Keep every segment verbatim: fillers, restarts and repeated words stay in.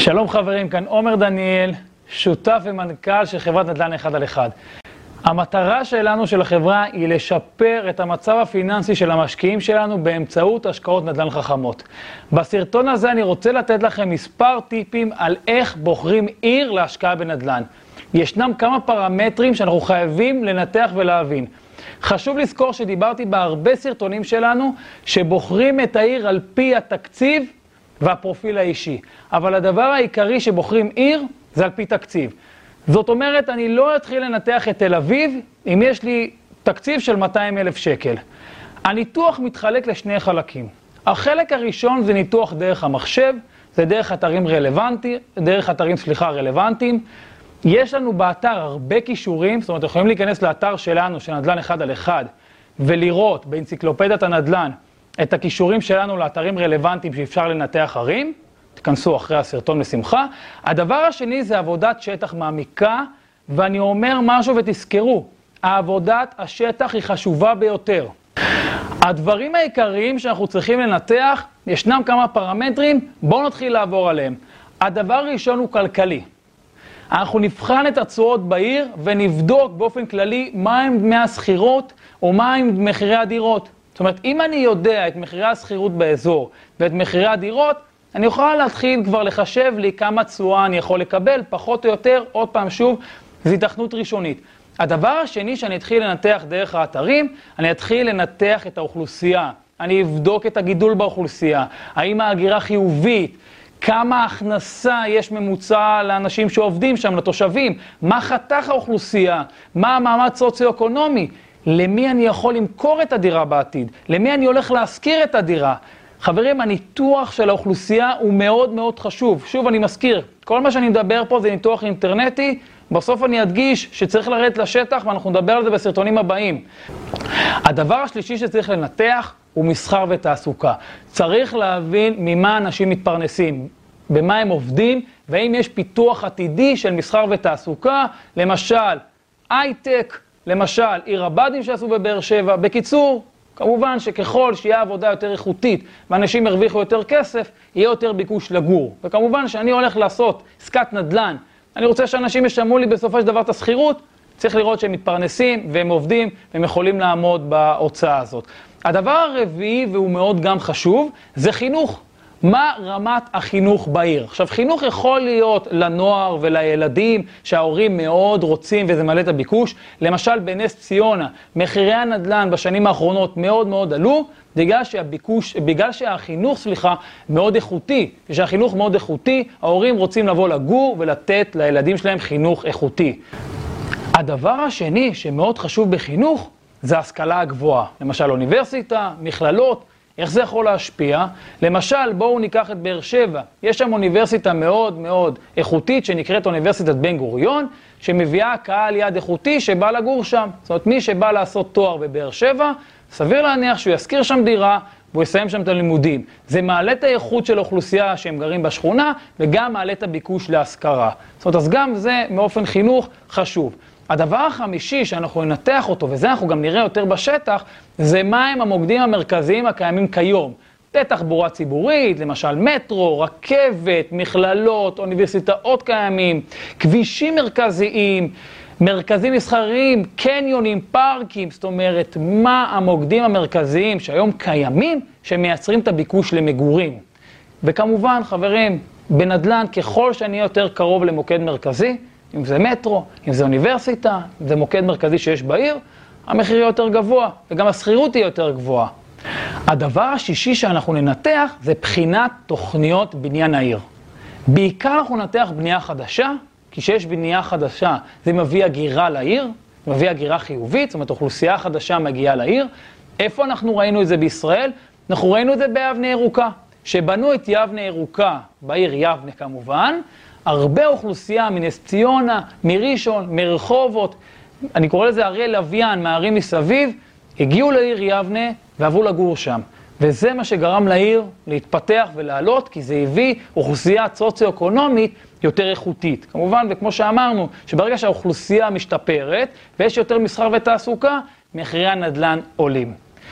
שלום חברים, כאן עומר דניאל, שותף ומנכ"ל של חברת נדל"ן אחד על אחד. המטרה שלנו של החברה היא לשפר את המצב הפיננסי של המשקיעים שלנו באמצעות השקעות נדל"ן חכמות. בסרטון הזה אני רוצה לתת לכם מספר טיפים על איך בוחרים עיר להשקעה בנדל"ן. ישנם כמה פרמטרים שאנחנו חייבים לנתח ולהבין. חשוב לזכור שדיברתי בהרבה סרטונים שלנו שבוחרים את העיר על פי התקציב והפרופיל האישי. אבל הדבר העיקרי שבוחרים עיר זה על פי תקציב. זאת אומרת, אני לא אתחיל לנתח את תל אביב אם יש לי תקציב של מאתיים אלף שקל. הניתוח מתחלק לשני חלקים. החלק הראשון זה ניתוח דרך המחשב, זה דרך אתרים רלוונטיים, דרך אתרים סליחה רלוונטיים. יש לנו באתר הרבה קישורים, זאת אומרת, יכולים להיכנס לאתר שלנו, של נדל"ן אחד על אחד, ולראות באנציקלופדיית הנדל"ן את הקישורים שלנו לאתרים רלוונטיים שאפשר לנתח ערים. תכנסו אחרי הסרטון בשמחה. הדבר השני זה עבודת שטח מעמיקה, ואני אומר משהו ותזכרו, העבודת השטח היא חשובה ביותר. הדברים העיקריים שאנחנו צריכים לנתח, ישנם כמה פרמטרים, בואו נתחיל לעבור עליהם. הדבר הראשון הוא כלכלי. אנחנו נבחן את התשואות בעיר ונבדוק באופן כללי מה הם דמי השכירות או מה הם מחירי הדירות. זאת אומרת, אם אני יודע את מחירי השכירות באזור ואת מחירי הדירות, אני יכול להתחיל כבר לחשב לי כמה תשואה אני יכול לקבל, פחות או יותר, עוד פעם שוב, זו היתכנות ראשונית. הדבר השני שאני אתחיל לנתח דרך האתרים, אני אתחיל לנתח את האוכלוסייה. אני אבדוק את הגידול באוכלוסייה, האם ההגירה חיובית, כמה הכנסה יש ממוצע לאנשים שעובדים שם, לתושבים, מה חתך האוכלוסייה, מה המעמד סוציו-אקונומי, למי אני יכול למכור את הדירה בעתיד, למי אני הולך להשכיר את הדירה. חברים, הניתוח של האוכלוסייה הוא מאוד מאוד חשוב. שוב, אני מזכיר, כל מה שאני מדבר פה זה ניתוח אינטרנטי, בסוף אני אדגיש שצריך לרדת לשטח ואנחנו נדבר על זה בסרטונים הבאים. הדבר השלישי שצריך לנתח הוא מסחר ותעסוקה. צריך להבין ממה אנשים מתפרנסים, במה הם עובדים, והאם יש פיתוח עתידי של מסחר ותעסוקה, למשל, הייטק, למשל, עיר הבה"דים שעשו בבאר שבע. בקיצור, כמובן שככל שיהיה עבודה יותר איכותית ואנשים ירוויחו יותר כסף, יהיה יותר ביקוש לגור. וכמובן שאני הולך לעשות עסקת נדל"ן, אני רוצה שאנשים ישלמו לי בסופו של דבר את השכירות, צריך לראות שהם מתפרנסים והם עובדים והם יכולים לעמוד בהוצאה הזאת. הדבר הרביעי, והוא מאוד גם חשוב, זה חינוך. מה רמת החינוך בעיר? עכשיו, חינוך יכול להיות לנוער ולילדים שההורים מאוד רוצים וזה מלא את הביקוש. למשל, בנס ציונה, מחירי הנדל"ן בשנים האחרונות מאוד מאוד עלו, בגלל שהביקוש, בגלל שהחינוך, סליחה, מאוד איכותי. ושהחינוך מאוד איכותי, ההורים רוצים לבוא לגור ולתת לילדים שלהם חינוך איכותי. הדבר השני שמאוד חשוב בחינוך, זה ההשכלה הגבוהה. למשל, אוניברסיטה, מכללות, איך זה יכול להשפיע? למשל, בואו ניקח את באר שבע. יש שם אוניברסיטה מאוד מאוד איכותית שנקראת אוניברסיטת בן גוריון, שמביאה קהל יעד איכותי שבא לגור שם. זאת אומרת, מי שבא לעשות תואר בבאר שבע, סביר להניח שהוא ישכיר שם דירה והוא יסיים שם את הלימודים. זה מעלה את האיכות של האוכלוסייה שהם גרים בשכונה, וגם מעלה את הביקוש להשכרה. זאת אומרת, אז גם זה מאופן חינוך חשוב. הדבר החמישי שאנחנו ננתח אותו, וזה אנחנו גם נראה יותר בשטח, זה מהם המוקדים המרכזיים הקיימים כיום. תחבורה ציבורית, למשל מטרו, רכבת, מכללות, אוניברסיטאות קיימים, כבישים מרכזיים, מרכזים מסחריים, קניונים, פארקים, זאת אומרת, מה המוקדים המרכזיים שהיום קיימים, שמייצרים את הביקוש למגורים. וכמובן, חברים, בנדל"ן, ככל שאני יותר קרוב למוקד מרכזי, אם זה מטרו, אם זה אוניברסיטה, אם זה מוקד מרכזי שיש בעיר, המחיר יהיה יותר גבוה, וגם השכירות תהיה יותר גבוהה. הדבר השישי שאנחנו ננתח זה בחינת תוכניות בניין העיר. בעיקר אנחנו ננתח בנייה חדשה, כי שיש בנייה חדשה זה מביא הגירה לעיר, מביא הגירה חיובית, זאת אומרת אוכלוסייה חדשה מגיעה לעיר. איפה אנחנו ראינו את זה בישראל? אנחנו ראינו את זה ביבנה ירוקה, שבנו את יבנה ירוקה, בעיר יבנה כמובן, הרבה אוכלוסייה מנס ציונה, מראשון, מרחובות, אני קורא לזה ערי לוויין, מהערים מסביב, הגיעו לעיר יבנה ועברו לגור שם. וזה מה שגרם לעיר להתפתח ולעלות, כי זה הביא אוכלוסייה סוציו-אקונומית יותר איכותית. כמובן, וכמו שאמרנו, שברגע שהאוכלוסייה משתפרת ויש יותר מסחר ותעסוקה, מחירי הנדל"ן עולים.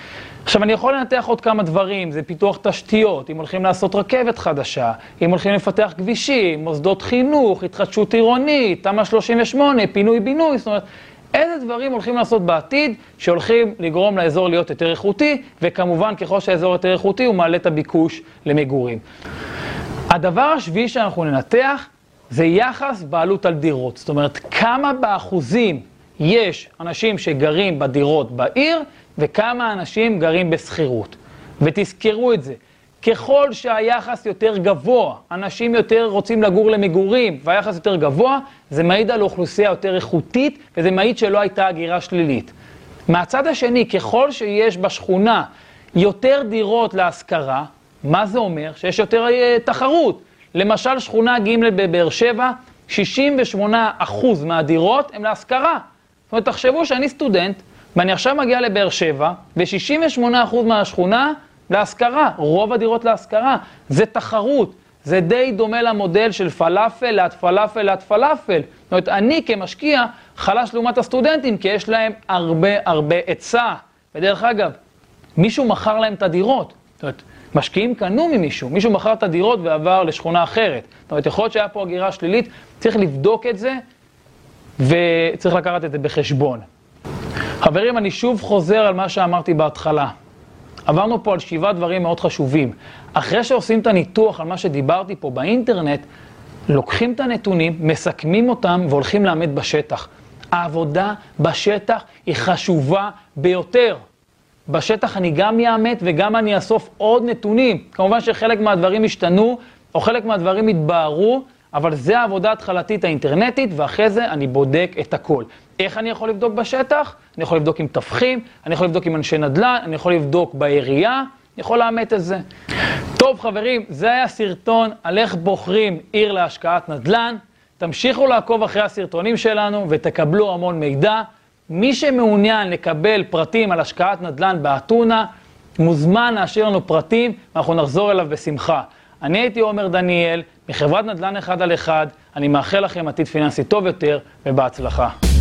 עכשיו, אני יכול לנתח עוד כמה דברים, זה פיתוח תשתיות, אם הולכים לעשות רכבת חדשה, אם הולכים לפתח כבישים, מוסדות חינוך, התחדשות עירונית, תמ"א שלושים ושמונה, פינוי-בינוי, זאת אומרת, איזה דברים הולכים לעשות בעתיד שהולכים לגרום לאזור להיות יותר איכותי, וכמובן, ככל שהאזור יותר איכותי, הוא מעלה את הביקוש למגורים. הדבר השביעי שאנחנו ננתח, זה יחס בעלות על דירות. זאת אומרת, כמה באחוזים יש אנשים שגרים בדירות בעיר, וכמה אנשים גרים בשכירות. ותזכרו את זה, ככל שהיחס יותר גבוה, אנשים יותר רוצים לגור למגורים, והיחס יותר גבוה, זה מעיד על אוכלוסייה יותר איכותית, וזה מעיד שלא הייתה הגירה שלילית. מהצד השני, ככל שיש בשכונה יותר דירות להשכרה, מה זה אומר? שיש יותר תחרות. למשל, שכונה ג' בבאר שבע, שישים ושמונה אחוז מהדירות הם להשכרה. זאת אומרת, תחשבו שאני סטודנט, ואני עכשיו מגיע לבאר שבע, ו-שישים ושמונה אחוז מהשכונה להשכרה, רוב הדירות להשכרה. זה תחרות, זה די דומה למודל של פלאפל ליד פלאפל ליד פלאפל. זאת אומרת, אני כמשקיע חלש לעומת הסטודנטים, כי יש להם הרבה הרבה היצע. ודרך אגב, מישהו מכר להם את הדירות. זאת אומרת, משקיעים קנו ממישהו, מישהו מכר את הדירות ועבר לשכונה אחרת. זאת אומרת, יכול להיות שהיה פה הגירה שלילית, צריך לבדוק את זה, וצריך לקחת את זה בחשבון. חברים, אני שוב חוזר על מה שאמרתי בהתחלה. עברנו פה על שבעה דברים מאוד חשובים. אחרי שעושים את הניתוח על מה שדיברתי פה באינטרנט, לוקחים את הנתונים, מסכמים אותם והולכים לאמת בשטח. העבודה בשטח היא חשובה ביותר. בשטח אני גם יאמת וגם אני אאסוף עוד נתונים. כמובן שחלק מהדברים השתנו, או חלק מהדברים התבהרו, אבל זה העבודה ההתחלתית האינטרנטית, ואחרי זה אני בודק את הכל. איך אני יכול לבדוק בשטח? אני יכול לבדוק עם תפחים, אני יכול לבדוק עם אנשי נדל"ן, אני יכול לבדוק בעירייה, אני יכול לאמת את זה. טוב חברים, זה היה סרטון על איך בוחרים עיר להשקעת נדל"ן. תמשיכו לעקוב אחרי הסרטונים שלנו ותקבלו המון מידע. מי שמעוניין לקבל פרטים על השקעת נדל"ן באתונה, מוזמן להשאיר לנו פרטים, ואנחנו נחזור אליו בשמחה. אני הייתי עומר דניאל, מחברת נדל"ן אחד על אחד, אני מאחל לכם עתיד פיננסי טוב יותר, ובהצלחה.